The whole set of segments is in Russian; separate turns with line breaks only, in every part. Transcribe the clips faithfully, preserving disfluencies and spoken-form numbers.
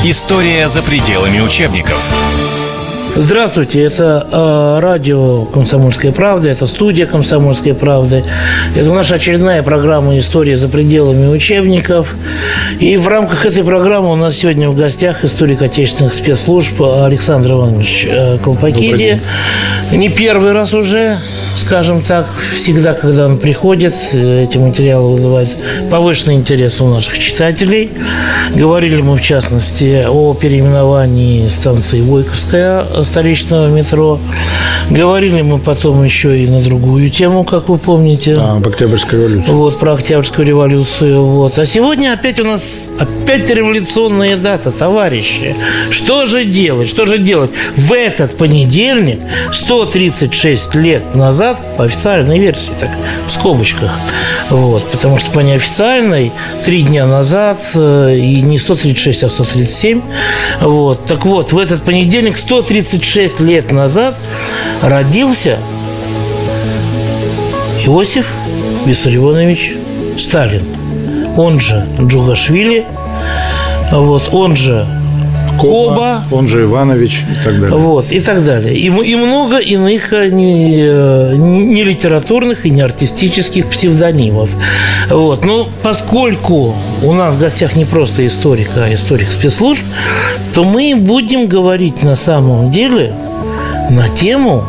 История за пределами учебников.
Здравствуйте, это э, радио «Комсомольская правда», это студия «Комсомольской правды». Это наша очередная программа «История за пределами учебников». И в рамках этой программы у нас сегодня в гостях историк отечественных спецслужб Александр Иванович э, Колпакиди. Не первый раз уже, скажем так, всегда, когда он приходит, эти материалы вызывают повышенный интерес у наших читателей. Говорили мы, в частности, о переименовании станции Войковская столичного метро. Говорили мы потом еще и на другую тему, как вы помните.
А, об Октябрьской революции.
Вот, про Октябрьскую революцию. Вот. А сегодня опять у нас опять революционная дата, товарищи. Что же делать? Что же делать? В этот понедельник, сто тридцать шесть лет назад, по официальной версии, так, в скобочках, вот, потому что по неофициальной три дня назад, и не сто тридцать шесть, а сто тридцать семь. Вот. Так вот, в этот понедельник, сто тридцать шесть лет назад, родился Иосиф Виссарионович Сталин, он же Джугашвили, вот, он же Коба,
он же Иванович и так далее.
Вот, и так далее. И, и много иных не, не литературных и не артистических псевдонимов. Вот. Но поскольку у нас в гостях не просто историк, а историк спецслужб, то мы будем говорить на самом деле на тему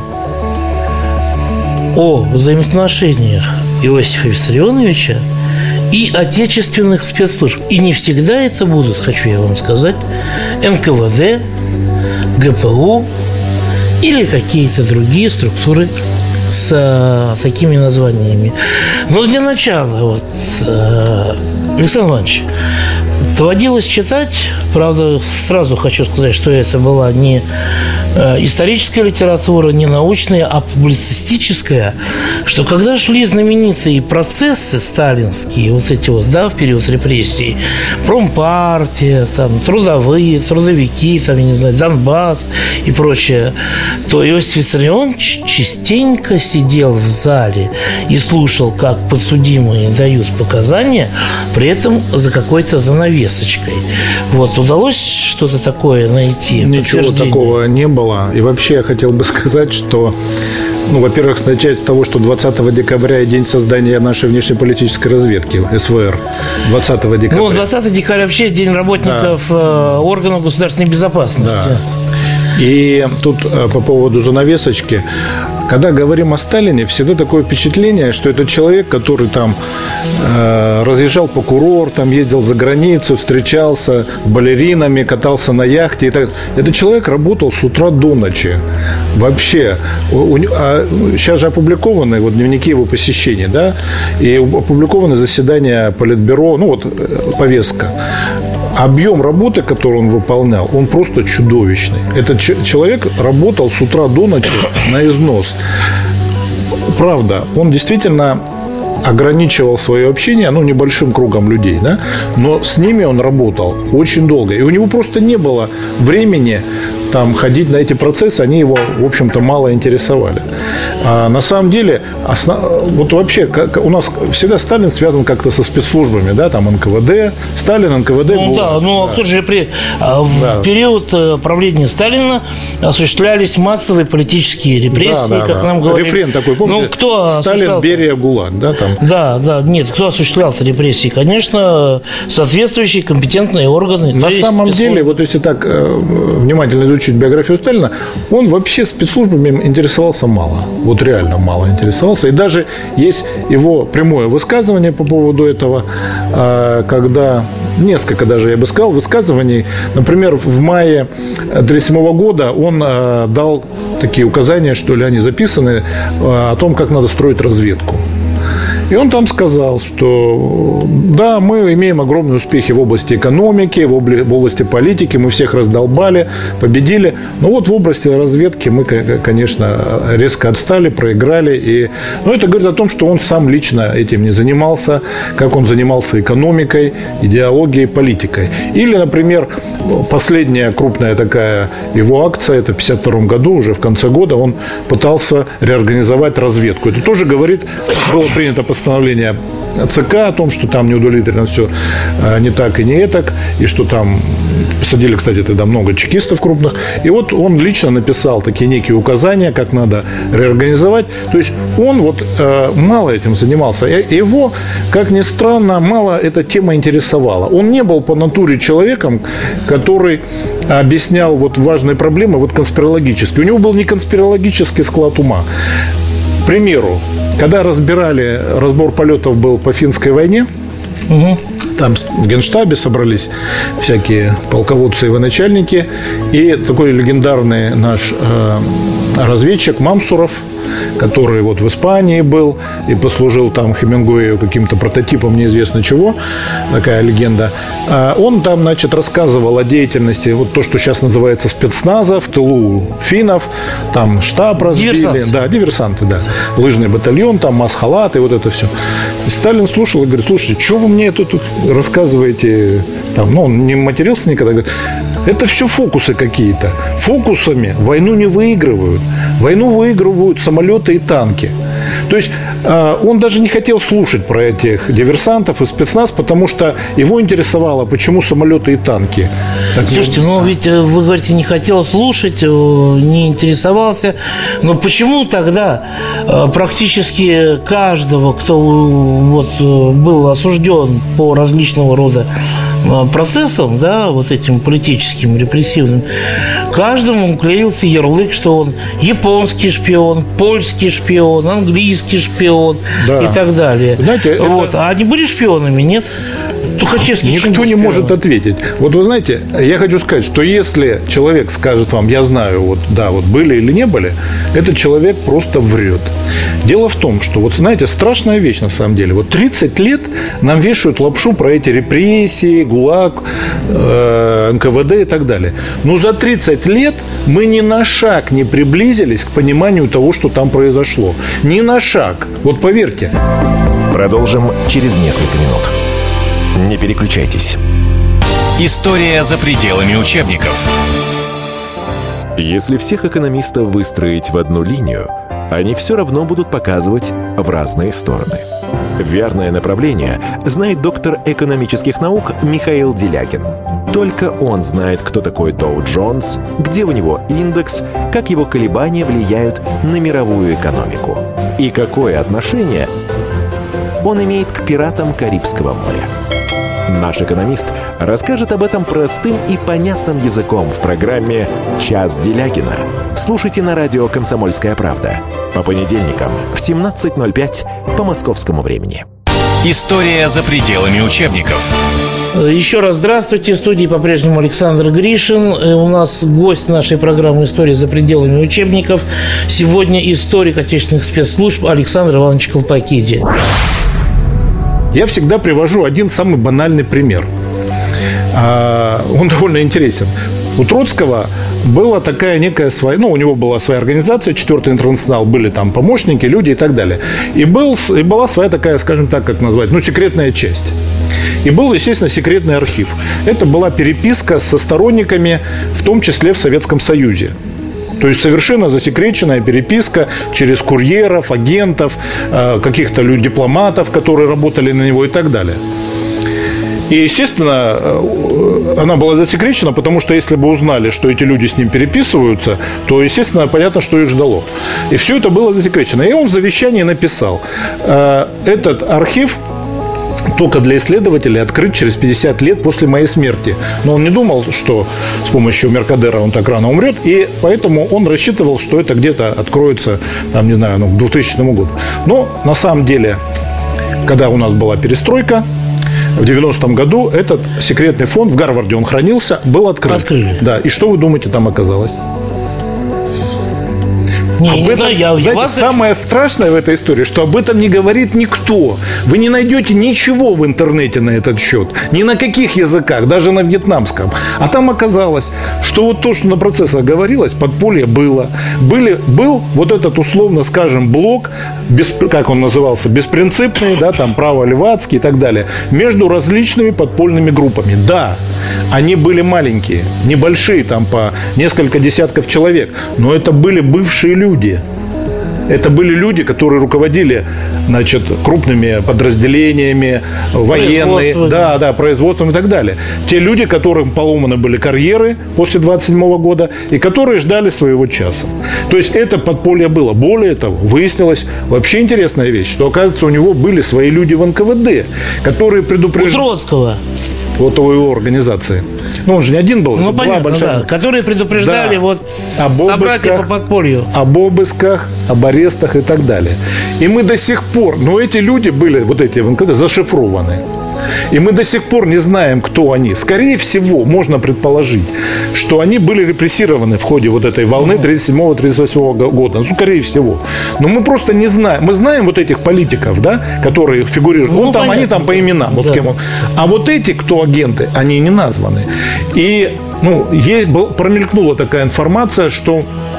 о взаимоотношениях Иосифа Виссарионовича и отечественных спецслужб. И не всегда это будут, хочу я вам сказать, эн ка вэ дэ, гэ пэ у или какие-то другие структуры с а, такими названиями. Но для начала, вот, а, Александр Иванович, доводилось читать, правда, сразу хочу сказать, что это была не э, историческая литература, не научная, а публицистическая, что когда шли знаменитые процессы сталинские, вот эти вот, да, в период репрессий, промпартия, там, трудовые, трудовики, там, я не знаю, Донбасс и прочее, то Иосиф Виссарионович частенько сидел в зале и слушал, как подсудимые дают показания, при этом за какой-то занавесочкой. Вот, удалось что-то такое найти?
Ничего такого не было. И вообще я хотел бы сказать, что, ну, во-первых, начать с того, что двадцатого декабря – день создания нашей внешнеполитической разведки, эс вэ эр. двадцатого декабря.
Ну, двадцатого декабря вообще день работников да. органов государственной безопасности.
Да. И тут по поводу занавесочки. Когда говорим о Сталине, всегда такое впечатление, что это человек, который там э, разъезжал по курортам, ездил за границу, встречался с балеринами, катался на яхте. И так. Этот человек работал с утра до ночи. Вообще. У, у, а сейчас же опубликованы вот, дневники его посещений, да, и опубликованы заседания Политбюро, ну вот повестка. Объем работы, который он выполнял, он просто чудовищный. Этот человек работал с утра до ночи на износ. Правда, он действительно ограничивал свое общение, ну, небольшим кругом людей, да, но с ними он работал очень долго. И у него просто не было времени там ходить на эти процессы, они его, в общем-то, мало интересовали. А на самом деле, основ... вот вообще, как... у нас всегда Сталин связан как-то со спецслужбами, да, там эн ка вэ дэ, Сталин, эн ка вэ дэ.
Ну был... да, ну а кто же при... в да. период правления Сталина осуществлялись массовые политические репрессии, да, да, как да. нам говорили.
Рефрен такой, помните?
Ну, кто
Сталин, Берия, ГУЛАГ, да, там.
Да, да, нет, кто осуществлял-то репрессии? Конечно, соответствующие компетентные органы.
На самом спецслужбы. деле, вот если так э, внимательно изучить биографию Сталина, он вообще спецслужбами интересовался мало. Вот реально мало интересовался. И даже есть его прямое высказывание по поводу этого, когда несколько даже, я бы сказал, высказываний. Например, в мае тысяча девятьсот тридцать седьмого года он дал такие указания, что ли, они записаны, о том, как надо строить разведку. И он там сказал, что да, мы имеем огромные успехи в области экономики, в области политики, мы всех раздолбали, победили. Но вот в области разведки мы, конечно, резко отстали, проиграли. И... Но это говорит о том, что он сам лично этим не занимался, как он занимался экономикой, идеологией, политикой. Или, например, последняя крупная такая его акция, это в тысяча девятьсот пятьдесят втором году, уже в конце года, он пытался реорганизовать разведку. Это тоже говорит, было принято постановление ЦК о том, что там неудовлетворено все не так и не этак, и что там посадили, кстати, тогда много чекистов крупных. И вот он лично написал такие некие указания, как надо реорганизовать. То есть он вот э, мало этим занимался. Его, как ни странно, мало эта тема интересовала. Он не был по натуре человеком, который объяснял вот важные проблемы вот конспирологически. У него был не конспирологический склад ума. К примеру, когда разбирали, разбор полетов был по финской войне, угу. Там в Генштабе собрались всякие полководцы и военачальники, и такой легендарный наш э, разведчик Мамсуров, который вот в Испании был и послужил там Хемингуэю каким-то прототипом неизвестно чего, такая легенда. Он там, значит, рассказывал о деятельности, вот то, что сейчас называется спецназа, в тылу финнов, там штаб разбили. Диверсанты. Да, диверсанты, да. Лыжный батальон, там масхалат и вот это все. И Сталин слушал и говорит: слушайте, что вы мне тут рассказываете? Там, ну, он не матерился никогда, говорит: это все фокусы какие-то. Фокусами войну не выигрывают. Войну выигрывают самолеты и танки. То есть он даже не хотел слушать про этих диверсантов и спецназ, потому что его интересовало, почему самолеты и танки. Так,
слушайте, ну ведь вы говорите, не хотел слушать, не интересовался. Но почему тогда практически каждого, кто вот был осужден по различного рода процессам, да, вот этим политическим, репрессивным, каждому клеился ярлык, что он японский шпион, польский шпион, английский шпион, да, и так далее.
Знаете,
вот.
это...
А они были шпионами, нет? Тухачевский
никто не может ответить. Вот вы знаете, я хочу сказать, что если человек скажет вам: я знаю, вот да, вот были или не были, этот человек просто врет. Дело в том, что вот знаете, страшная вещь на самом деле. Вот тридцать лет нам вешают лапшу про эти репрессии, ГУЛАГ, э, эн ка вэ дэ и так далее. Но за тридцать лет мы ни на шаг не приблизились к пониманию того, что там произошло. Ни на шаг. Вот поверьте.
Продолжим через несколько минут. Не переключайтесь. История за пределами учебников.
Если всех экономистов выстроить в одну линию, они все равно будут показывать в разные стороны. Верное направление знает доктор экономических наук Михаил Делякин. Только он знает, кто такой Доу Джонс, где у него индекс, как его колебания влияют на мировую экономику и какое отношение он имеет к пиратам Карибского моря. Наш экономист расскажет об этом простым и понятным языком в программе «Час Делякина». Слушайте на радио «Комсомольская правда» по понедельникам в семнадцать ноль пять по московскому времени.
История за пределами учебников.
Еще раз здравствуйте. В студии по-прежнему Александр Гришин. У нас гость нашей программы «История за пределами учебников». Сегодня историк отечественных спецслужб Александр Иванович Колпакиди.
Я всегда привожу один самый банальный пример. Он довольно интересен. У Троцкого была такая некая своя... Ну, у него была своя организация, Четвертый интернационал, были там помощники, люди и так далее. И, был, и была своя такая, скажем так, как назвать, ну, секретная часть. И был, естественно, секретный архив. Это была переписка со сторонниками, в том числе в Советском Союзе. То есть совершенно засекреченная переписка через курьеров, агентов, каких-то дипломатов, которые работали на него и так далее. И, естественно, она была засекречена, потому что если бы узнали, что эти люди с ним переписываются, то, естественно, понятно, что их ждало. И все это было засекречено. И он в завещании написал: этот архив только для исследователей открыт через пятьдесят лет после моей смерти. Но он не думал, что с помощью Меркадера он так рано умрет, и поэтому он рассчитывал, что это где-то откроется, там, не знаю, ну, к двухтысячному году. Но на самом деле, когда у нас была перестройка, в девяностом году этот секретный фонд, в Гарварде он хранился, был открыт.
Открыли.
Да. И что вы думаете, там оказалось?
Не,
об
не
этом,
знаю, я,
знаете,
я вас...
самое страшное в этой истории, что об этом не говорит никто. Вы не найдете ничего в интернете на этот счет. Ни на каких языках, даже на вьетнамском. А там оказалось, что вот то, что на процессах говорилось, подполье было. Были, был вот этот, условно скажем, блок, без, как он назывался, беспринципный, да, там, право-левацкий и так далее, между различными подпольными группами. Да, они были маленькие, небольшие, там по несколько десятков человек, но это были бывшие люди. Это были люди, которые руководили, значит, крупными подразделениями, военные, да, да, производством и так далее. Те люди, которым поломаны были карьеры после двадцать седьмого года и которые ждали своего часа. То есть это подполье было. Более того, выяснилось вообще интересная вещь, что, оказывается, у него были свои люди в эн ка вэ дэ, которые предупреждали...
У Троцкого.
Вот у его организации. Ну, он же не один был.
Ну, понятно,
большая...
да. Которые предупреждали, да, вот
об
собратья по подполью.
Об обысках, об арестах и так далее. И мы до сих пор... Но эти люди были, вот эти в эн ка вэ дэ, зашифрованы. И мы до сих пор не знаем, кто они. Скорее всего, можно предположить, что они были репрессированы в ходе вот этой волны тридцать седьмого — тридцать восьмого года. Ну, скорее всего. Но мы просто не знаем. Мы знаем вот этих политиков, да, которые фигурируют. Ну, вот там, они там по именам. Вот, да. Кем он. А вот эти, кто агенты, они не названы. И ну, есть, был, промелькнула такая информация, что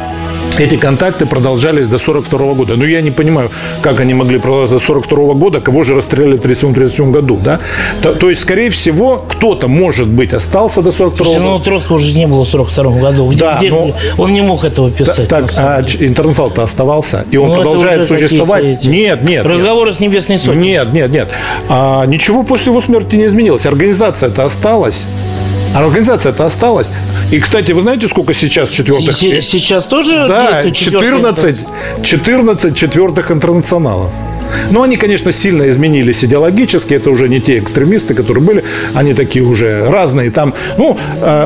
эти контакты продолжались до сорок второго года. Но я не понимаю, как они могли продолжаться до сорок второго года, кого же расстреляли в тридцать седьмом — тридцать восьмом году. Да? То, то есть, скорее всего, кто-то, может быть, остался до сорок второго года.
Ну, Троцкого уже не было в сорок втором году. Где, да, где, но... Он не мог этого писать.
Так, а интернационал-то оставался, и он
ну,
продолжает существовать. Эти... Нет, нет.
Разговоры
нет.
с Небесной Сотней.
Нет, нет, нет. А, ничего после его смерти не изменилось. Организация-то осталась. А организация-то осталась. И, кстати, вы знаете, сколько сейчас четвертых?
С- сейчас тоже
да,
действует
четырнадцать, четырнадцать четвертых интернационалов. Но они, конечно, сильно изменились идеологически. Это уже не те экстремисты, которые были. Они такие уже разные. Там, ну,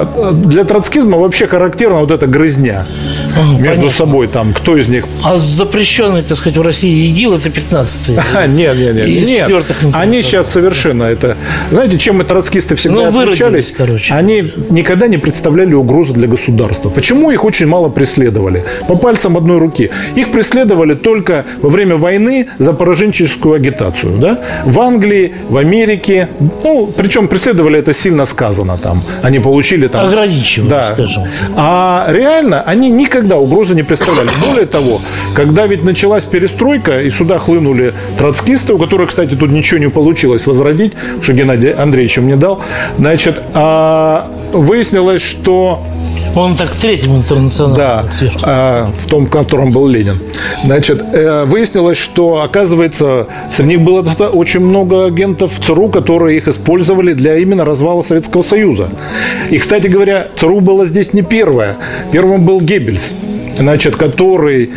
для троцкизма вообще характерна вот эта грызня а, между понятно. собой. Там, кто из них...
А запрещенный, так сказать, в России ИГИЛ — это пятнадцатый.
Нет, нет, нет. Нет. Они сейчас совершенно это... Знаете, чем мы троцкисты всегда отличались? Они никогда не представляли угрозы для государства. Почему их очень мало преследовали? По пальцам одной руки. Их преследовали только во время войны за пораженческую агитацию, да? В Англии, в Америке, ну, причем преследовали, это сильно сказано там. Они получили там...
Ограничивали,
да.
скажем.
А реально они никогда угрозы не представляли. Более того, когда ведь началась перестройка, и сюда хлынули троцкисты, у которых, кстати, тут ничего не получилось возродить, что Геннадий Андреевич им не дал, значит, а выяснилось, что...
Он так третьим интернационалом.
Да, а, в том, в котором был Ленин. Значит, выяснилось, что, оказывается, среди них было очень много агентов ЦРУ, которые их использовали для именно развала Советского Союза. И, кстати говоря, ЦРУ было здесь не первое. Первым был Геббельс, значит, который...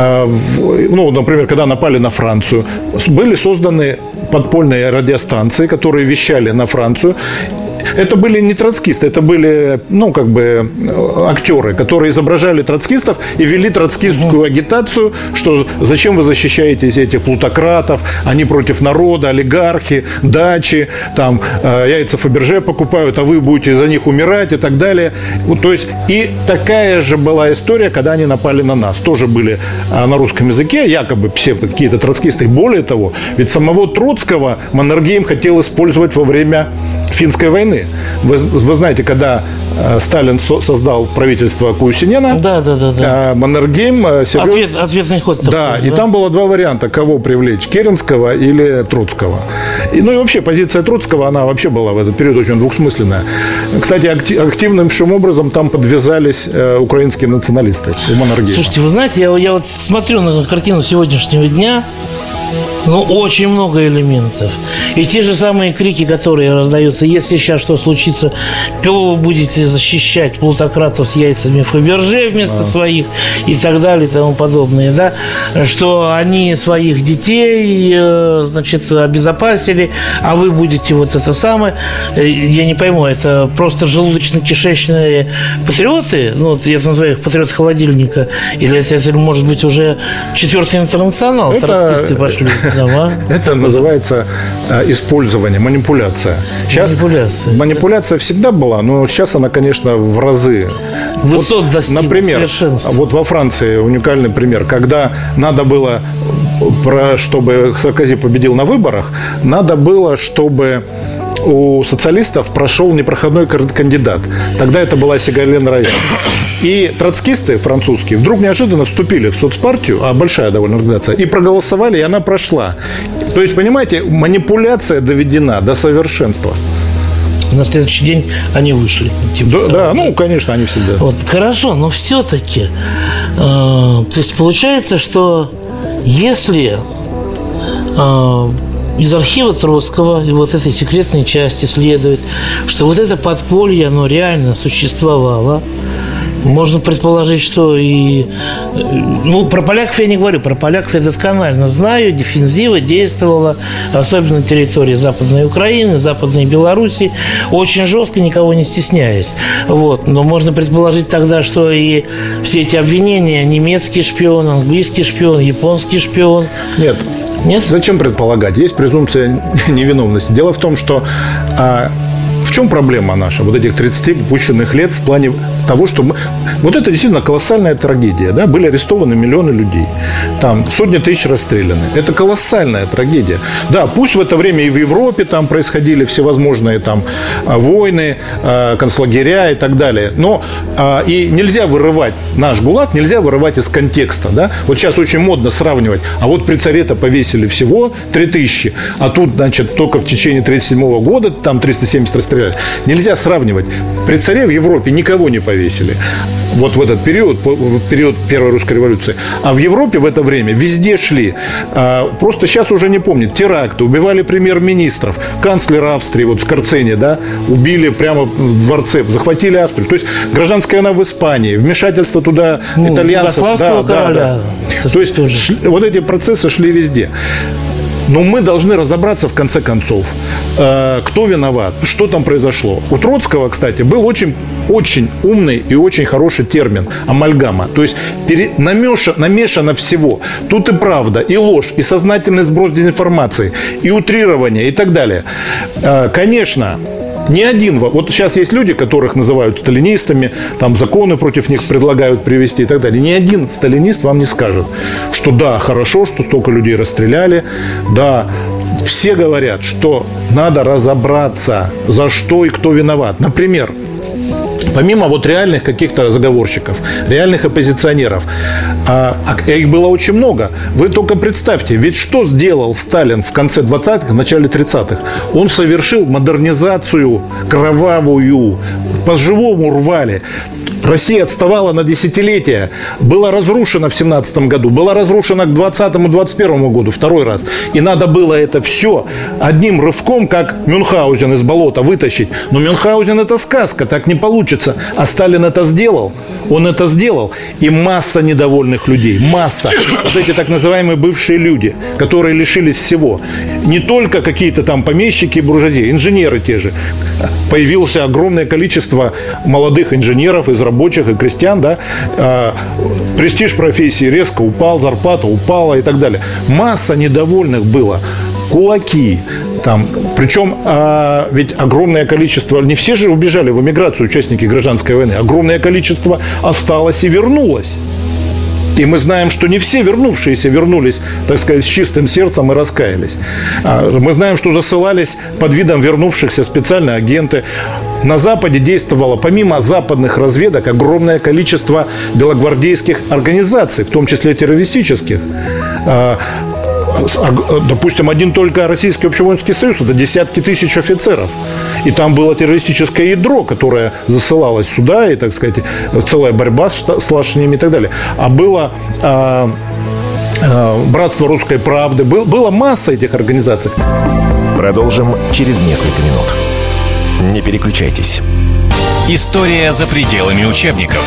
Ну, например, когда напали на Францию, были созданы подпольные радиостанции, которые вещали на Францию. Это были не троцкисты, это были, ну, как бы, актеры, которые изображали троцкистов и вели троцкистскую агитацию, что зачем вы защищаете этих плутократов, они против народа, олигархи, дачи, там, яйца Фаберже покупают, а вы будете за них умирать и так далее. То есть, и такая же была история, когда они напали на нас. Тоже были на русском языке, якобы все какие-то троцкисты. Более того, ведь самого Троцкого Маннергейм хотел использовать во время Финской войны. Вы, вы знаете, когда э, Сталин со- создал правительство Кусинена,
да, да, да, да.
Э, Маннергейм... Э, серьез...
Ответ, ответный ход.
Да,
такой,
и
да?
там было два варианта, кого привлечь, Керенского или Троцкого. И, ну и вообще позиция Троцкого, она вообще была в этот период очень двухсмысленная. Кстати, акти- активным образом там подвязались э, украинские националисты у Маннергейма.
Слушайте, вы знаете, я, я вот смотрю на картину сегодняшнего дня. Ну, очень много элементов. И те же самые крики, которые раздаются: если сейчас что случится, кого вы будете защищать, плутократов с яйцами Фаберже вместо а. своих, и так далее, и тому подобное, да? Что они своих детей, значит, обезопасили, а вы будете вот это самое. Я не пойму, это просто желудочно-кишечные патриоты? Ну, я называю их патриоты холодильника. Или это, это может быть уже четвертый интернационал? Это... Троцкисты пошли.
Это называется э, использование, манипуляция. Сейчас манипуляция. манипуляция всегда была, но сейчас она, конечно, в разы.
Высот вот, достигла,
например, вот во Франции уникальный пример, когда надо было, чтобы Саркози победил на выборах, надо было, чтобы у социалистов прошел непроходной кандидат. Тогда это была Сигарлен Рояль. И троцкисты французские вдруг неожиданно вступили в соцпартию, а большая довольно организация, и проголосовали, и она прошла. То есть, понимаете, манипуляция доведена до совершенства.
На следующий день они вышли.
Типа, да, да, ну, конечно, они всегда.
Вот, хорошо, но все-таки, э, то есть получается, что Если э, из архива Троцкого и вот этой секретной части следует, что вот это подполье, оно реально существовало, можно предположить, что и... Ну, про поляков я не говорю, про поляков я досконально знаю. Дефензива действовала, особенно на территории Западной Украины, Западной Белоруссии, очень жестко, никого не стесняясь. Вот. Но можно предположить тогда, что и все эти обвинения, немецкий шпион, английский шпион, японский шпион...
Нет.
Нет?
Зачем предполагать? Есть презумпция невиновности. Дело в том, что... А... В чем проблема наша, вот этих тридцати упущенных лет в плане того, что мы... Вот это действительно колоссальная трагедия, да? Были арестованы миллионы людей, там сотни тысяч расстреляны. Это колоссальная трагедия. Да, пусть в это время и в Европе там происходили всевозможные там войны, концлагеря и так далее, но и нельзя вырывать наш ГУЛАГ, нельзя вырывать из контекста, да? Вот сейчас очень модно сравнивать, а вот при царе-то повесили всего три тысячи, а тут, значит, только в течение тридцать седьмого года там триста семьдесят расстреляли. Нельзя сравнивать. При царе в Европе никого не повесили. Вот в этот период, в период Первой русской революции. А в Европе в это время везде шли, просто сейчас уже не помню, теракты, убивали премьер-министров, канцлера Австрии, вот в Скорцене, да, убили прямо в дворце, захватили Австрию. То есть гражданская война в Испании, вмешательство туда ну, итальянцев. Да, да, да. То есть шли, вот эти процессы шли везде. Но мы должны разобраться, в конце концов, э, кто виноват, что там произошло. У Троцкого, кстати, был очень, очень умный и очень хороший термин – амальгама. То есть пере, намеша, намешано всего. Тут и правда, и ложь, и сознательный сброс дезинформации, и утрирование, и так далее. Э, конечно, ни один... Вот сейчас есть люди, которых называют сталинистами, там законы против них предлагают привести и так далее. Ни один сталинист вам не скажет, что да, хорошо, что столько людей расстреляли, да, все говорят, что надо разобраться, за что и кто виноват. Например, помимо вот реальных каких-то заговорщиков, реальных оппозиционеров, а, а их было очень много. Вы только представьте, ведь что сделал Сталин в конце двадцатых, в начале тридцатых? Он совершил модернизацию кровавую, по-живому рвали. Россия отставала на десятилетия. Была разрушена в семнадцатом году, была разрушена к двадцатому - двадцать первому году второй раз. И надо было это все одним рывком, как Мюнхгаузен из болота, вытащить. Но Мюнхгаузен – это сказка, так не получится. А Сталин это сделал. Он это сделал. И масса недовольных людей. Масса. Вот эти так называемые бывшие люди, которые лишились всего. Не только какие-то там помещики и буржуазии, инженеры те же. Появилось огромное количество молодых инженеров из рабочих и крестьян, да, а, престиж профессии резко упал, зарплата упала и так далее. Масса недовольных было. Кулаки. Там, причем а, ведь огромное количество, не все же убежали в эмиграцию, участники гражданской войны, огромное количество осталось и вернулось. И мы знаем, что не все вернувшиеся вернулись, так сказать, с чистым сердцем и раскаялись. Мы знаем, что засылались под видом вернувшихся специальные агенты. На Западе действовало, помимо западных разведок, огромное количество белогвардейских организаций, в том числе террористических. Допустим, один только Российский общевоинский союз – это десятки тысяч офицеров. И там было террористическое ядро, которое засылалось сюда, и, так сказать, целая борьба с шашнями и так далее. А было а, а, Братство русской правды, был, была масса этих организаций.
Продолжим через несколько минут. Не переключайтесь. История за пределами учебников.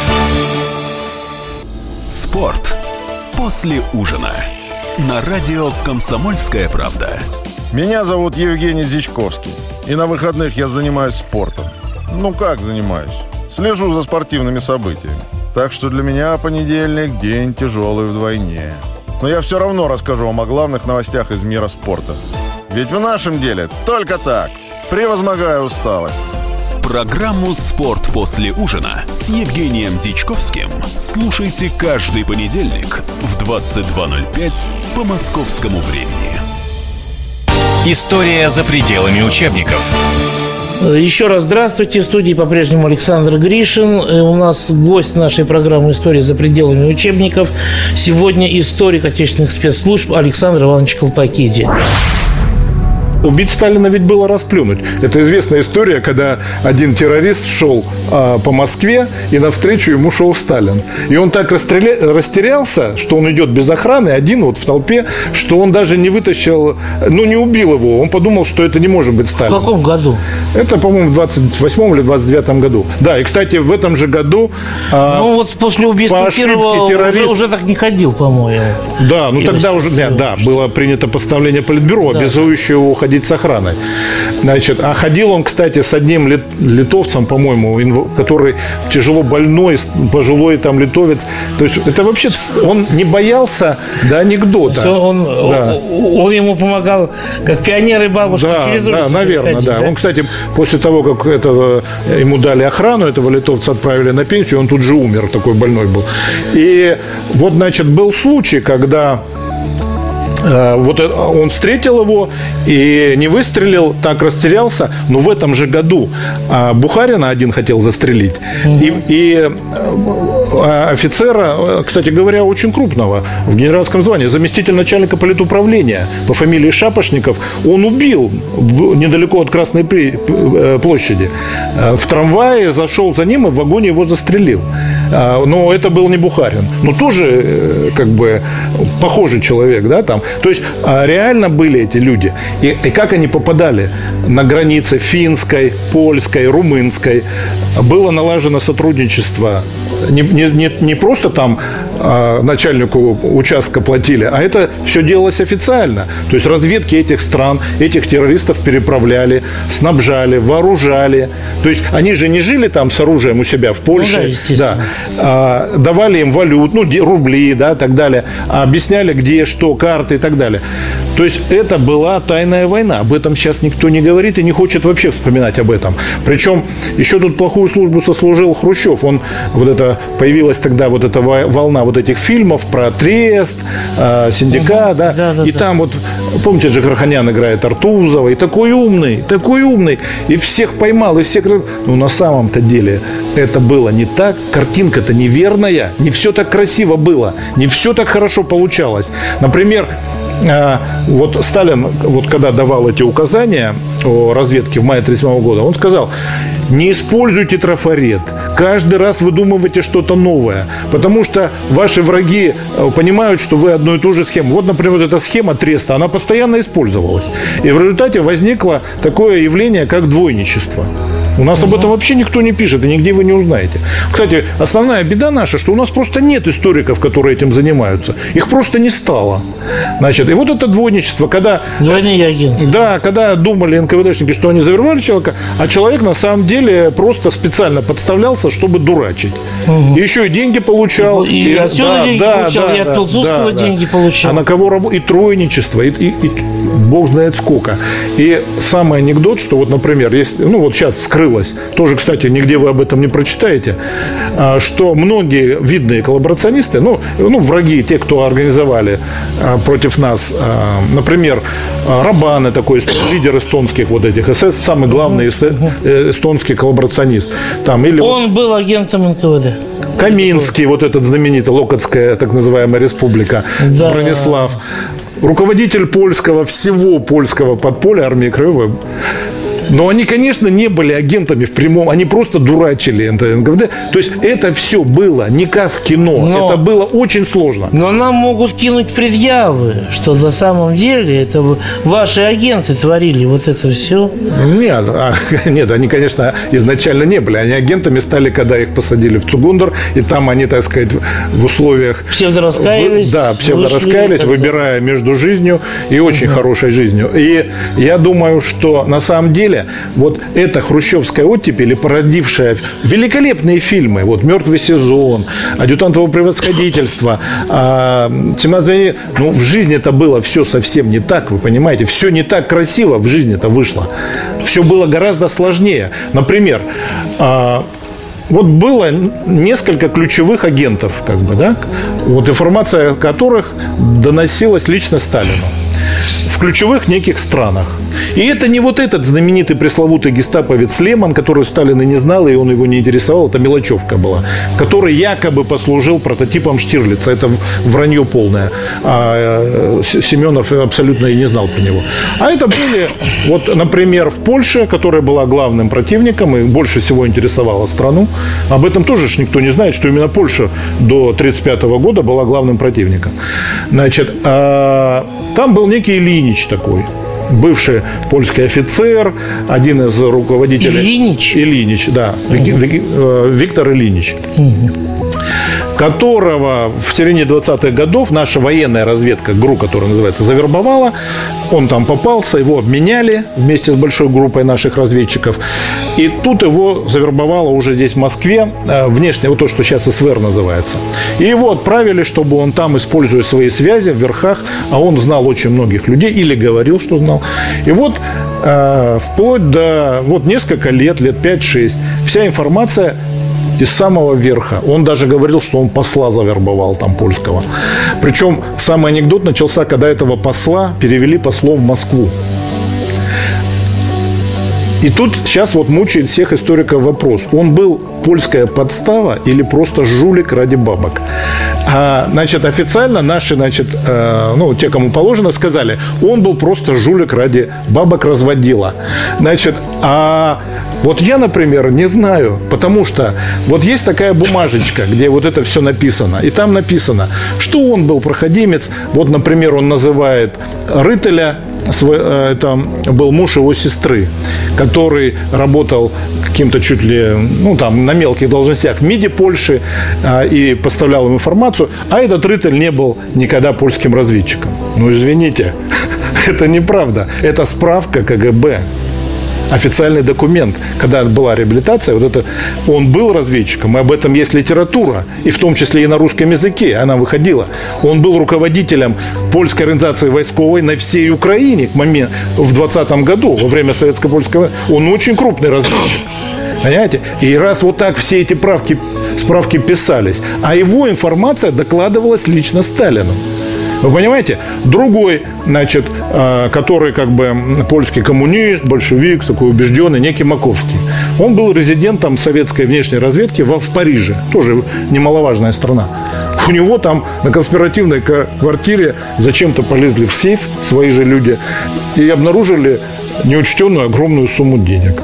Спорт после ужина. На радио «Комсомольская правда».
Меня зовут Евгений Зичковский. И на выходных я занимаюсь спортом. Ну как занимаюсь? Слежу за спортивными событиями. Так что для меня понедельник – день тяжелый вдвойне. Но я все равно расскажу вам о главных новостях из мира спорта. Ведь в нашем деле только так. Превозмогая усталость.
Программу «Спорт после ужина» с Евгением Дичковским слушайте каждый понедельник в двадцать два ноль пять по московскому времени.
История за пределами учебников.
Еще раз здравствуйте. В студии по-прежнему Александр Гришин. У нас гость нашей программы «История за пределами учебников». Сегодня историк отечественных спецслужб Александр Иванович Колпакиди.
Убить Сталина ведь было расплюнуть. Это известная история, когда один террорист шел а, по Москве, и навстречу ему шел Сталин. И он так расстреля... растерялся, что он идет без охраны, один вот в толпе, что он даже не вытащил, ну, не убил его. Он подумал, что это не может быть Сталин.
В каком году?
Это, по-моему, в двадцать восьмом или двадцать девятом году. Да, и, кстати, в этом же году... А,
ну, вот после убийства первого
террорист...
уже, уже так не ходил, по-моему.
Да, ну, тогда уже, да, да, было принято постановление Политбюро, да, обязующее его ходить с охраной. Значит, а ходил он, кстати, с одним лит, литовцем, по-моему, который тяжело больной, пожилой там литовец. То есть это вообще он не боялся до анекдота.
Все, он,
да.
он, он ему помогал, как пионеры бабушки,
да,
через улицу.
Да, наверное,
ходить,
да.
да.
Он, кстати, после того, как это, ему дали охрану, этого литовца отправили на пенсию, он тут же умер, такой больной был. И вот, значит, был случай, когда вот он встретил его и не выстрелил, так растерялся. Но в этом же году Бухарина один хотел застрелить. Угу. И, и офицера, кстати говоря, очень крупного в генеральском звании, заместитель начальника политуправления по фамилии Шапошников, он убил недалеко от Красной площади. В трамвае зашел за ним и в вагоне его застрелил. Но это был не Бухарин. Но тоже как бы похожий человек, да, там. То есть реально были эти люди. И, и как они попадали на границы финской, польской, румынской. Было налажено сотрудничество. Не, не, не просто там а, начальнику участка платили, а это все делалось официально. То есть разведки этих стран, этих террористов переправляли, снабжали, вооружали. То есть они же не жили там с оружием у себя в Польше. Ну, да, естественно. Да. А, давали им валют, ну, рубли, да, так далее. А объясняли, где, что, карты и так далее. То есть это была тайная война. Об этом сейчас никто не говорит и не хочет вообще вспоминать об этом. Причем еще тут плохую службу сослужил Хрущев. Он вот это появилась тогда вот эта волна вот этих фильмов про Трест, э, Синдикат, угу, да, да, да, и да. Там вот, помните, Джигарханян играет Артузова, и такой умный, такой умный, и всех поймал, и всех... Ну, на самом-то деле это было не так, картинка-то неверная, не все так красиво было, не все так хорошо получалось. Например, вот Сталин, вот когда давал эти указания о разведке в мае тысяча девятьсот тридцать седьмого года, он сказал: не используйте трафарет, каждый раз выдумывайте что-то новое, потому что ваши враги понимают, что вы одну и ту же схему. Вот, например, вот эта схема Треста, она постоянно использовалась. И в результате возникло такое явление, как двойничество. У нас об этом вообще никто не пишет, и нигде вы не узнаете. Кстати, основная беда наша, что у нас просто нет историков, которые этим занимаются. Их просто не стало. Значит, и вот это двойничество, когда...
Двойные агенты.
Да, когда думали эн ка вэ дэшники, что они завербовали человека, а человек на самом деле просто специально подставлялся, чтобы дурачить. Угу. И еще и деньги получал.
И, и отсюда да, деньги да, получал, да, и от Пилсудского да, деньги да. получал. А на кого работал? И тройничество, и, и, и бог знает сколько. И самый анекдот, что вот, например, есть, ну вот сейчас вскрылось, тоже, кстати, нигде вы об этом не прочитаете, что многие видные коллаборационисты, ну, ну враги, те, кто организовали против нас, например, Рабаны, такой лидер эстонских вот этих эс эс, самый главный эстонский коллаборационист. Там, или Он
вот,
был агентом эн ка вэ дэ.
Каминский, вот этот знаменитый, Локотская так называемая республика, да. Бронислав, руководитель польского, всего польского подполья армии Краевой. Но они, конечно, не были агентами в прямом, они просто дурачили эн ка вэ дэ. То есть это все было не как в кино, но, это было очень сложно.
Но нам могут кинуть предъявы, что на самом деле это ваши агенты творили вот это все.
Нет, а, нет, они, конечно, изначально не были. Они агентами стали, когда их посадили в Цугундер, и там они, так сказать, в условиях...
Псевдораскаялись.
Да, псевдораскаялись, выбирая между жизнью и очень угу. хорошей жизнью. И я думаю, что на самом деле вот эта хрущевская оттепель, породившая великолепные фильмы, вот «Мертвый сезон», «Адъютантово превосходительство», семнадцать, ну, в жизни это было все совсем не так, вы понимаете, все не так красиво в жизни это вышло. Все было гораздо сложнее. Например, вот было несколько ключевых агентов, как бы, да, вот информация о которых доносилась лично Сталину. в ключевых неких странах. И это не вот этот знаменитый пресловутый гестаповец Лемон, который Сталин и не знал, и он его не интересовал. Это мелочевка была, который якобы послужил прототипом Штирлица. Это вранье полное. А Семенов абсолютно и не знал про него. А это были, вот, например, в Польше, которая была главным противником и больше всего интересовала страну. Об этом тоже ж никто не знает, что именно Польша до тридцать пятого года была главным противником. Значит, а там был некий Ильинич такой, бывший польский офицер, один из руководителей...
Ильинич?
Ильинич, да. Угу. Виктор Ильинич. Угу. Которого в середине двадцатых годов наша военная разведка, ГРУ, которая называется, завербовала. Он там попался, его обменяли вместе с большой группой наших разведчиков. И тут его завербовало уже здесь, в Москве, внешне, вот то, что сейчас СВР называется. И его отправили, чтобы он там, используя свои связи в верхах, а он знал очень многих людей, или говорил, что знал. И вот э, вплоть до вот несколько лет, лет пять-шесть, вся информация из самого верха. Он даже говорил, что он посла завербовал там польского. Причем самый анекдот начался, когда этого посла перевели послом в Москву. И тут сейчас вот мучает всех историков вопрос. Он был польская подстава или просто жулик ради бабок? А, значит, официально наши, значит, э, ну, те, кому положено, сказали, он был просто жулик ради бабок, разводила. Значит, а вот я, например, не знаю, потому что вот есть такая бумажечка, где вот это все написано. И там написано, что он был проходимец. Вот, например, он называет Рытеля, это был муж его сестры, который работал каким-то чуть ли, ну, там, на мелких должностях в МИДе Польши а, и поставлял им информацию, а этот Рытель не был никогда польским разведчиком. Ну, извините, это неправда. Это справка КГБ. Официальный документ, когда была реабилитация, вот это, он был разведчиком, и об этом есть литература, и в том числе и на русском языке, она выходила. Он был руководителем польской организации войсковой на всей Украине к моменту, в двадцатом году, во время советско-польской войны. Он очень крупный разведчик. Понимаете? И раз вот так все эти правки, справки писались, а его информация докладывалась лично Сталину. Вы понимаете? Другой, значит, который как бы польский коммунист, большевик, такой убежденный, некий Маковский. Он был резидентом советской внешней разведки в, в Париже. Тоже немаловажная страна. У него там на конспиративной квартире зачем-то полезли в сейф свои же люди и обнаружили неучтенную огромную сумму денег.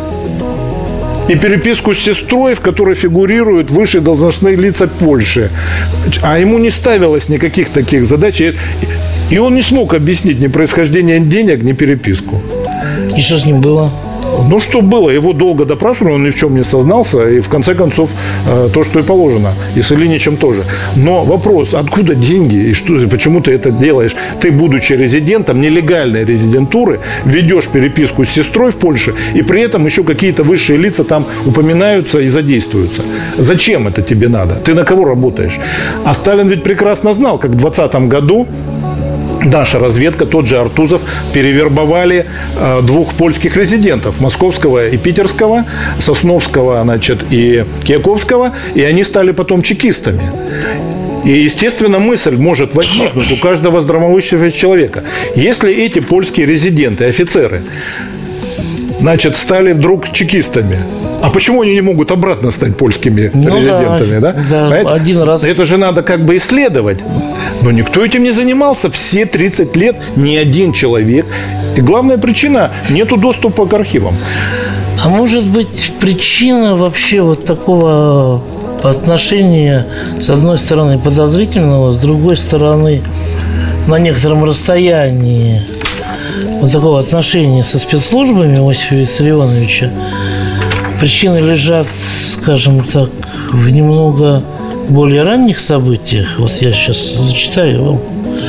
И переписку с сестрой, в которой фигурируют высшие должностные лица Польши. А ему не ставилось никаких таких задач. И он не смог объяснить ни происхождение денег, ни переписку.
И что с ним было?
Ну, что было? Его долго допрашивали, он ни в чем не сознался. И, в конце концов, то, что и положено. И с Ильиничем тоже. Но вопрос, откуда деньги? И что, почему ты это делаешь? Ты, будучи резидентом нелегальной резидентуры, ведешь переписку с сестрой в Польше, и при этом еще какие-то высшие лица там упоминаются и задействуются. Зачем это тебе надо? Ты на кого работаешь? А Сталин ведь прекрасно знал, как в двадцатом году наша разведка, тот же Артузов, перевербовали э, двух польских резидентов, московского и питерского, Сосновского, значит, и Кияковского, и они стали потом чекистами. И, естественно, мысль может возникнуть у каждого здравомыслящего человека. Если эти польские резиденты, офицеры, значит, стали вдруг чекистами, а почему они не могут обратно стать польскими ну резидентами? Да, да? Да, один раз. Это же надо как бы исследовать. Но никто этим не занимался. Все тридцать лет ни один человек. И главная причина – нету доступа к архивам.
А может быть, причина вообще вот такого отношения, с одной стороны, подозрительного, с другой стороны, на некотором расстоянии вот такого отношения со спецслужбами Иосифа Виссарионовича, причины лежат, скажем так, в немного более ранних событиях. Вот я сейчас зачитаю вам.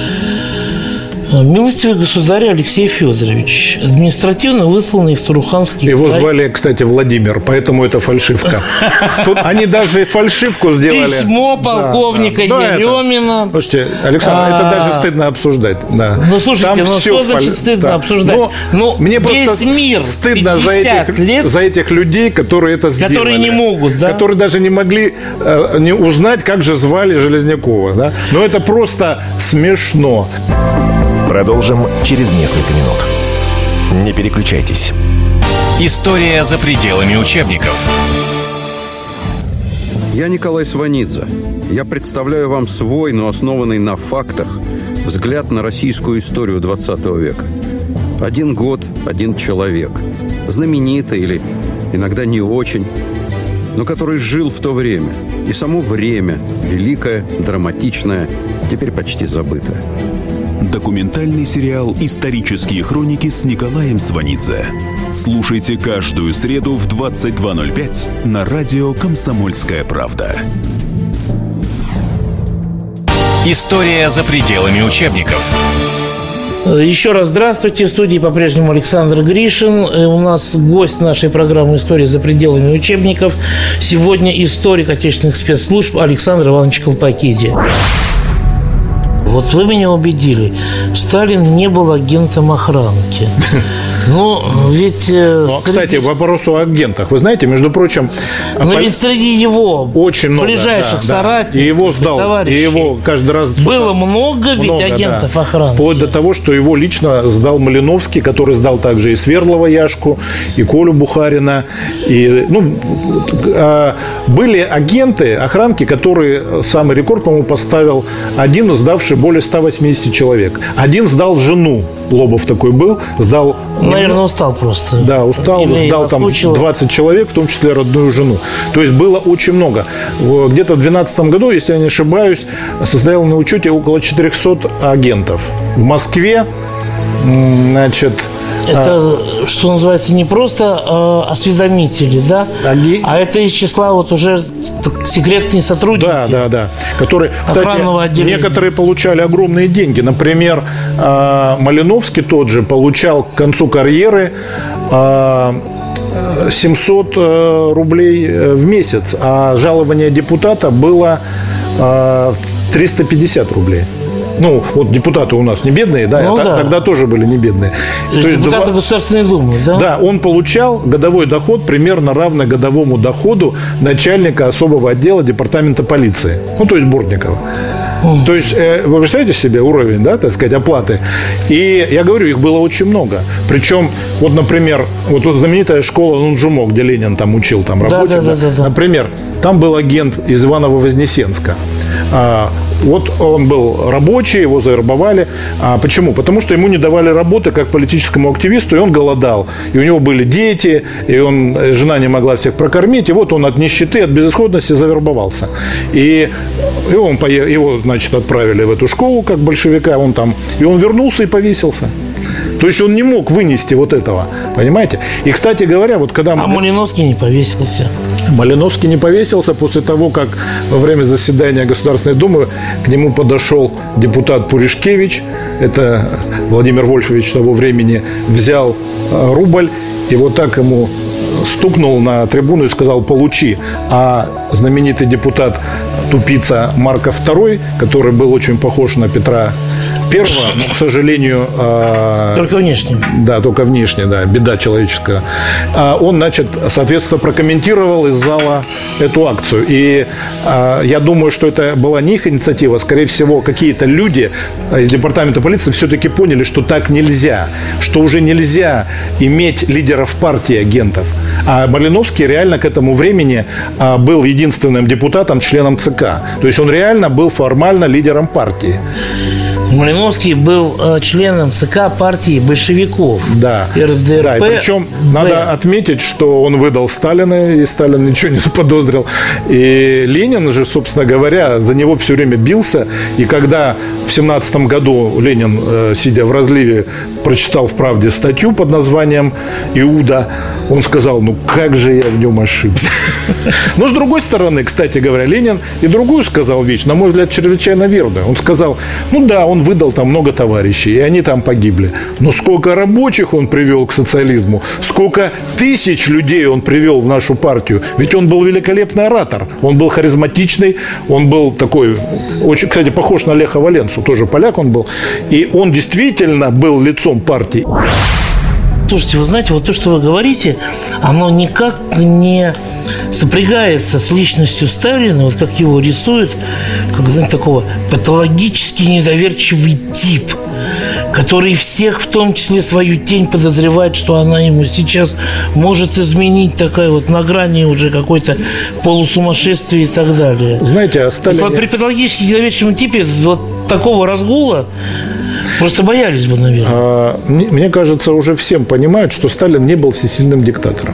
Милостивый государь Алексей Федорович, административно высланный в Туруханский
Его
край.
звали, кстати, Владимир, поэтому это фальшивка. Тут они даже фальшивку сделали.
Письмо полковника
да, да.
Еремина.
Да, слушайте, Александр, а... это даже стыдно обсуждать. Да.
Ну, слушайте,
Там
ну что значит
фаль...
стыдно
да.
обсуждать?
Но
ну,
мне
весь
просто
мир
стыдно за этих,
лет,
за этих людей, которые это сделали.
Которые не могут, да?
Которые даже не могли э, не узнать, как же звали Железнякова. Да? Но это просто смешно.
Продолжим через несколько минут. Не переключайтесь. История за пределами учебников.
Я Николай Сванидзе. Я представляю вам свой, но основанный на фактах, взгляд на российскую историю двадцатого века. Один год, один человек. Знаменитый или иногда не очень, но который жил в то время. И само время великое, драматичное, теперь почти забытое.
Документальный сериал «Исторические хроники» с Николаем Сванидзе. Слушайте каждую среду в двадцать два ноль пять на радио «Комсомольская правда».
История за пределами учебников.
Еще раз здравствуйте. В студии по-прежнему Александр Гришин. У нас гость нашей программы «История за пределами учебников». Сегодня историк отечественных спецслужб Александр Иванович Колпакиди. Вот вы меня убедили. Сталин не был агентом охранки. Ну, ведь...
Ну,
среди...
Кстати, вопрос о агентах. Вы знаете, между прочим...
Но
по...
ведь среди его
очень много,
ближайших
да,
соратников,
да. И его сдал, и его каждый раз...
Было много ведь много, агентов да. охраны.
Вплоть до того, что его лично сдал Малиновский, который сдал также и Свердлова Яшку, и Колю Бухарина. И, ну, были агенты охранки, которые... Самый рекорд, по-моему, поставил один, сдавший более ста восьмидесяти человек. Один сдал жену. Лобов такой был, сдал...
Наверное, устал просто.
Да, устал,
Или
сдал там двадцать человек, в том числе родную жену. То есть было очень много. Где-то в две тысячи двенадцатом году, если я не ошибаюсь, состояло на учете около четырехсот агентов. В Москве, значит...
Это, а, что называется, не просто э, осведомители, да? Аги... А это из числа вот уже секретные сотрудники.
Да, да, да. Которые,
охранного
кстати,
отделения.
Некоторые получали огромные деньги. Например, э, Малиновский тот же получал к концу карьеры э, семьсот рублей в месяц, а жалование депутата было э, триста пятьдесят рублей. Ну, вот депутаты у нас не бедные, да,
ну,
а
да.
тогда тоже были не бедные.
То, То есть депутаты два... Государственной Думы, да? Да,
он получал годовой доход примерно равный годовому доходу начальника особого отдела департамента полиции. Ну, то есть Бортникова. Mm. То есть, э, вы представляете себе уровень, да, так сказать, оплаты? И я говорю, их было очень много. Причем, вот, например, вот, вот знаменитая школа Нунджумо, где Ленин там учил там рабочих. Да, да, да, да, да. Например, там был агент из Иваново-Вознесенска. А, вот он был рабочий, его завербовали. А почему? Потому что ему не давали работы как политическому активисту, и он голодал. И у него были дети, и он, жена не могла всех прокормить. И вот он от нищеты, от безысходности завербовался. И, и он, его, значит, отправили в эту школу как большевика. Он там, и он вернулся и повесился. То есть он не мог вынести вот этого, понимаете? И, кстати говоря, вот когда...
А Малиновский не повесился.
Малиновский не повесился после того, как во время заседания Государственной Думы к нему подошел депутат Пуришкевич. Это Владимир Вольфович того времени взял рубль и вот так ему стукнул на трибуну и сказал: «Получи». А знаменитый депутат тупица Марков второй, который был очень похож на Петра Первого, но, к сожалению...
Только внешне.
Да, только внешне, да, беда человеческая. Он, значит, соответственно, прокомментировал из зала эту акцию. И я думаю, что это была не их инициатива. Скорее всего, какие-то люди из департамента полиции все-таки поняли, что так нельзя. Что уже нельзя иметь лидеров партии агентов. А Малиновский реально к этому времени был единственным депутатом, членом ЦК. То есть он реально был формально лидером партии.
Малиновский был э, членом ЦК партии большевиков.
Да.
РСДРП.
Да, и причем Б. надо отметить, что он выдал Сталина, и Сталин ничего не заподозрил. И Ленин же, собственно говоря, за него все время бился. И когда в семнадцатом году Ленин, э, сидя в разливе, прочитал в «Правде» статью под названием «Иуда», он сказал: ну как же я в нем ошибся. Но с другой стороны, кстати говоря, Ленин и другую сказал вещь, на мой взгляд, чрезвычайно верную. Он сказал: ну да, он выдал там много товарищей, и они там погибли. Но сколько рабочих он привел к социализму, сколько тысяч людей он привел в нашу партию. Ведь он был великолепный оратор, он был харизматичный, он был такой, очень, кстати, похож на Леха Валенсу, тоже поляк он был. И он действительно был лицом партии.
Слушайте, вы знаете, вот то, что вы говорите, оно никак не сопрягается с личностью Сталина, вот как его рисуют, как, знаете, такого патологически недоверчивый тип, который всех, в том числе свою тень, подозревает, что она ему сейчас может изменить, такая вот на грани уже какой-то полусумасшествия и так далее.
Знаете, а Сталин...
При патологически человеческом типе вот такого разгула просто боялись бы, наверное.
А, мне кажется, уже всем понимают, что Сталин не был всесильным диктатором.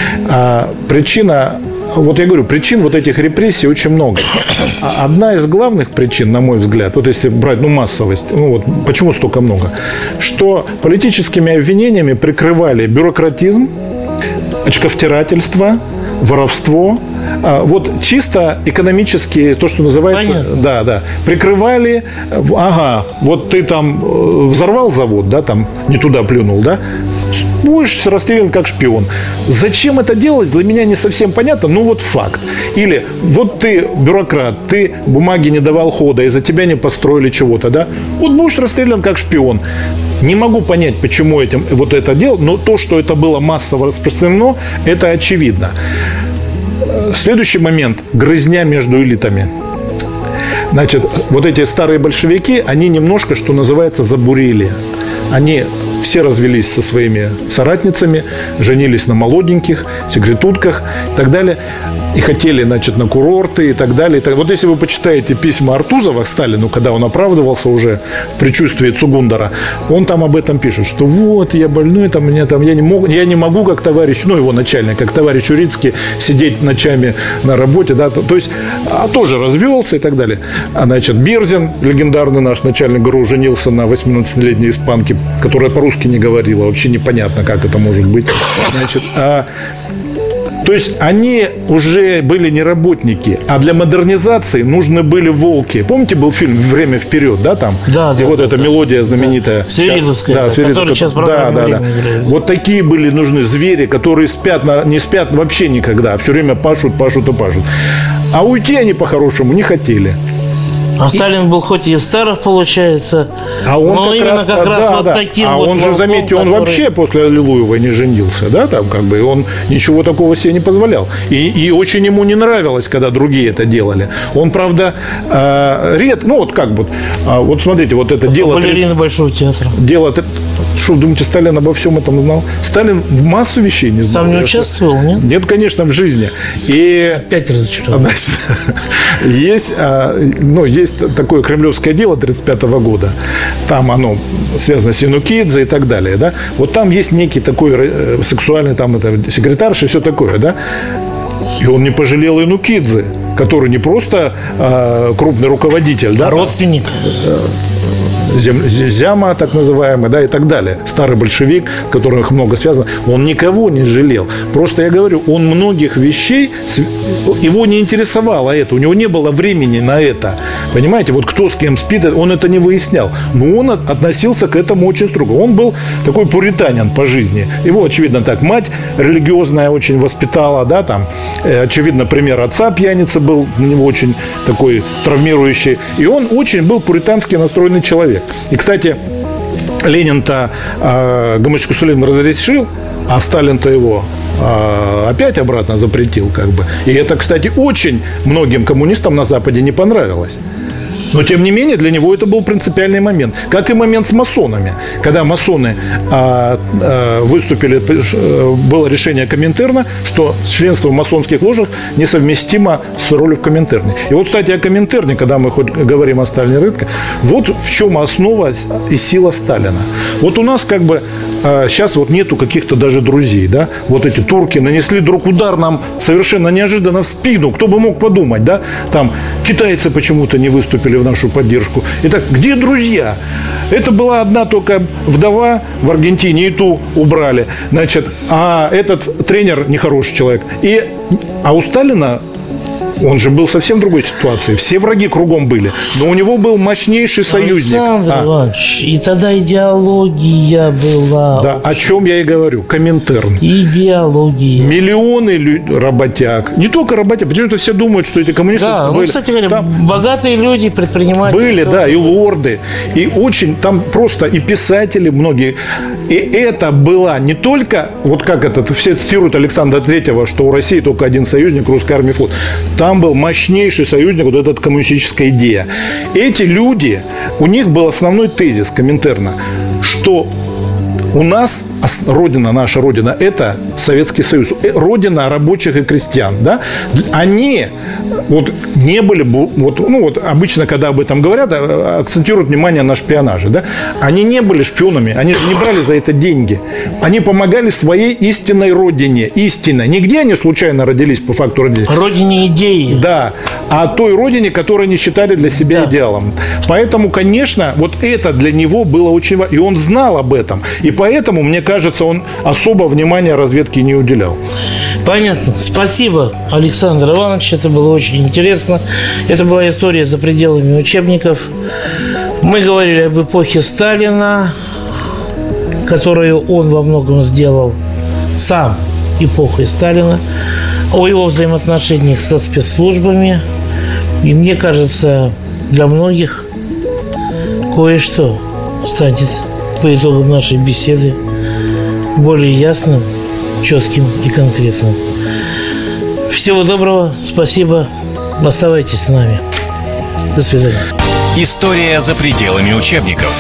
А причина... Вот я говорю, причин вот этих репрессий очень много. Одна из главных причин, на мой взгляд, вот если брать ну, массовость, ну, вот, почему столько много, что политическими обвинениями прикрывали бюрократизм, очковтирательство, воровство. Вот чисто экономически, то, что называется,
понятно.
да, да, прикрывали, ага, вот ты там взорвал завод, да, там не туда плюнул, да, будешь расстрелян как шпион. Зачем это делать, для меня не совсем понятно, но вот факт. Или вот ты бюрократ, ты бумаги не давал хода, из-за тебя не построили чего-то, да, вот будешь расстрелян как шпион. Не могу понять, почему этим вот это дело, но то, что это было массово распространено, это очевидно. Следующий момент – грызня между элитами. Значит, вот эти старые большевики, они немножко, что называется, забурили. Они все развелись со своими соратницами, женились на молоденьких, секретутках и так далее. И хотели, значит, на курорты и так далее. Вот если вы почитаете письма Артузова к Сталину, когда он оправдывался уже в предчувствии Цугундера, он там об этом пишет, что вот, я больной, там, меня, там, я, не мог, я не могу, как товарищ, ну, его начальник, как товарищ Урицкий, сидеть ночами на работе, да, то, то есть, а тоже развелся и так далее. А, значит, Берзин, легендарный наш начальник ГРУ, женился на восемнадцатилетней испанке, которая по-русски не говорила, вообще непонятно, как это может быть. Значит, а то есть они уже были не работники, а для модернизации нужны были волки. Помните, был фильм «Время вперед», да, там?
Да,
где
да.
вот
да,
эта
да.
мелодия знаменитая.
Да. Свиридовская,
да, Свиридов,
которая сейчас
да, да, да. Вот такие были нужны звери, которые спят, на, не спят вообще никогда, а все время пашут, пашут и пашут. А уйти они по-хорошему не хотели.
А Сталин был хоть и из старых, получается,
а он
но
как
именно
раз,
как
да,
раз
да,
вот
да.
таким
а
вот
он же,
волком,
заметьте, он
который...
вообще после Аллилуева не женился, да, там как бы, он ничего такого себе не позволял. И, и очень ему не нравилось, когда другие это делали. Он, правда, э, ред, ну вот как бы, э, вот смотрите, вот это дело...
Балерина Большого театра.
Дело... Что, думаете, Сталин обо всем этом знал? Сталин в массу вещей не знал.
Сам не участвовал, нет?
Нет, конечно, в жизни. И...
Опять разочаровал.
Есть, ну, есть такое кремлевское дело тридцать пятого года. Там оно связано с Янукидзе и так далее, да? Вот там есть некий такой сексуальный там, это, секретарш и все такое, да? И он не пожалел Янукидзе, который не просто а, крупный руководитель, да?
А родственник.
Зем, Зяма, так называемый, да, и так далее. Старый большевик, с которым их много связано. Он никого не жалел. Просто я говорю, он многих вещей, его не интересовало это. У него не было времени на это. Понимаете, вот кто с кем спит, он это не выяснял. Но он относился к этому очень строго. Он был такой пуританин по жизни. Его, очевидно, так мать религиозная очень воспитала, да, там, очевидно, пример отца пьяницы был у него очень такой травмирующий. И он очень был пуритански настроенный человек. И, кстати, Ленин-то э, гомосексуализм разрешил, а Сталин-то его э, опять обратно запретил, как бы. И это, кстати, очень многим коммунистам на Западе не понравилось. Но, тем не менее, для него это был принципиальный момент. Как и момент с масонами. Когда масоны а, а, выступили, было решение Коминтерна, что членство в масонских ложах несовместимо с ролью в Коминтерне. И вот, кстати, о Коминтерне, когда мы хоть говорим о Сталине Рыдко, вот в чем основа и сила Сталина. Вот у нас как бы а, сейчас вот нету каких-то даже друзей, да? Вот эти турки нанесли друг удар нам совершенно неожиданно в спину. Кто бы мог подумать, да? Там китайцы почему-то не выступили в нашу поддержку. Итак, где друзья? Это была одна только вдова в Аргентине, и ту убрали. Значит, а этот тренер нехороший человек. И, а у Сталина, он же был совсем в другой ситуации. Все враги кругом были. Но у него был мощнейший союзник.
Александр
а.
Иванович, и тогда идеология была.
Да, о чем я и говорю. Коминтерн.
Идеология.
Миллионы лю- работяг. Не только работяг. Почему-то все думают, что эти коммунисты
Да,
были.
ну, кстати говоря,
там
богатые люди, предприниматели.
были, да,
тоже.
и лорды. И очень, там просто и писатели многие. И это была не только, вот как это, все цитируют Александра Третьего, что у России только один союзник, русская армия и флот. Там был мощнейший союзник, вот эта коммунистическая идея. Эти люди, у них был основной тезис Коминтерна. что у нас родина, наша родина, это Советский Союз, родина рабочих и крестьян, да? Они вот не были, вот, ну вот обычно, когда об этом говорят, акцентируют внимание на шпионаже, да? Они не были шпионами, они же не брали за это деньги, они помогали своей истинной родине, истинной, нигде они случайно родились, по факту родились.
Родине идеи.
Да, а той родине, которую они считали для себя да. идеалом. Поэтому, конечно, вот это для него было очень важно, и он знал об этом, и поэтому, мне кажется, он особо внимания разведке не уделял.
Понятно. Спасибо, Александр Иванович. Это было очень интересно. Это была история за пределами учебников. Мы говорили об эпохе Сталина, которую он во многом сделал сам эпохой Сталина, о его взаимоотношениях со спецслужбами. И мне кажется, для многих кое-что станет по итогам нашей беседы более ясным, четким и конкретным. Всего доброго, спасибо. Оставайтесь с нами. До свидания.
История за пределами учебников.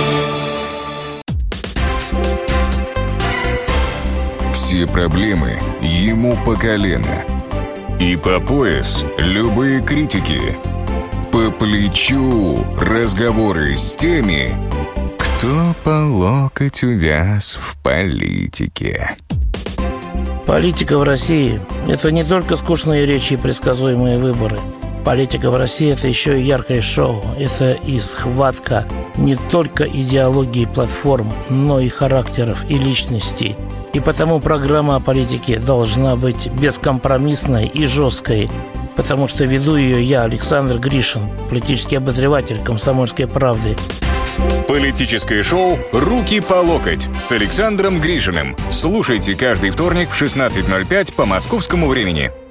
Все проблемы ему по колено. И по пояс любые критики. По плечу разговоры с теми, кто по локоть увяз в политике.
Политика в России – это не только скучные речи и предсказуемые выборы. Политика в России – это еще и яркое шоу. Это и схватка не только идеологии платформ, но и характеров и личностей. И потому программа о политике должна быть бескомпромиссной и жесткой, потому что веду ее я, Александр Гришин, политический обозреватель «Комсомольской правды».
Политическое шоу «Руки по локоть» с Александром Гришиным. Слушайте каждый вторник в шестнадцать ноль пять по московскому времени.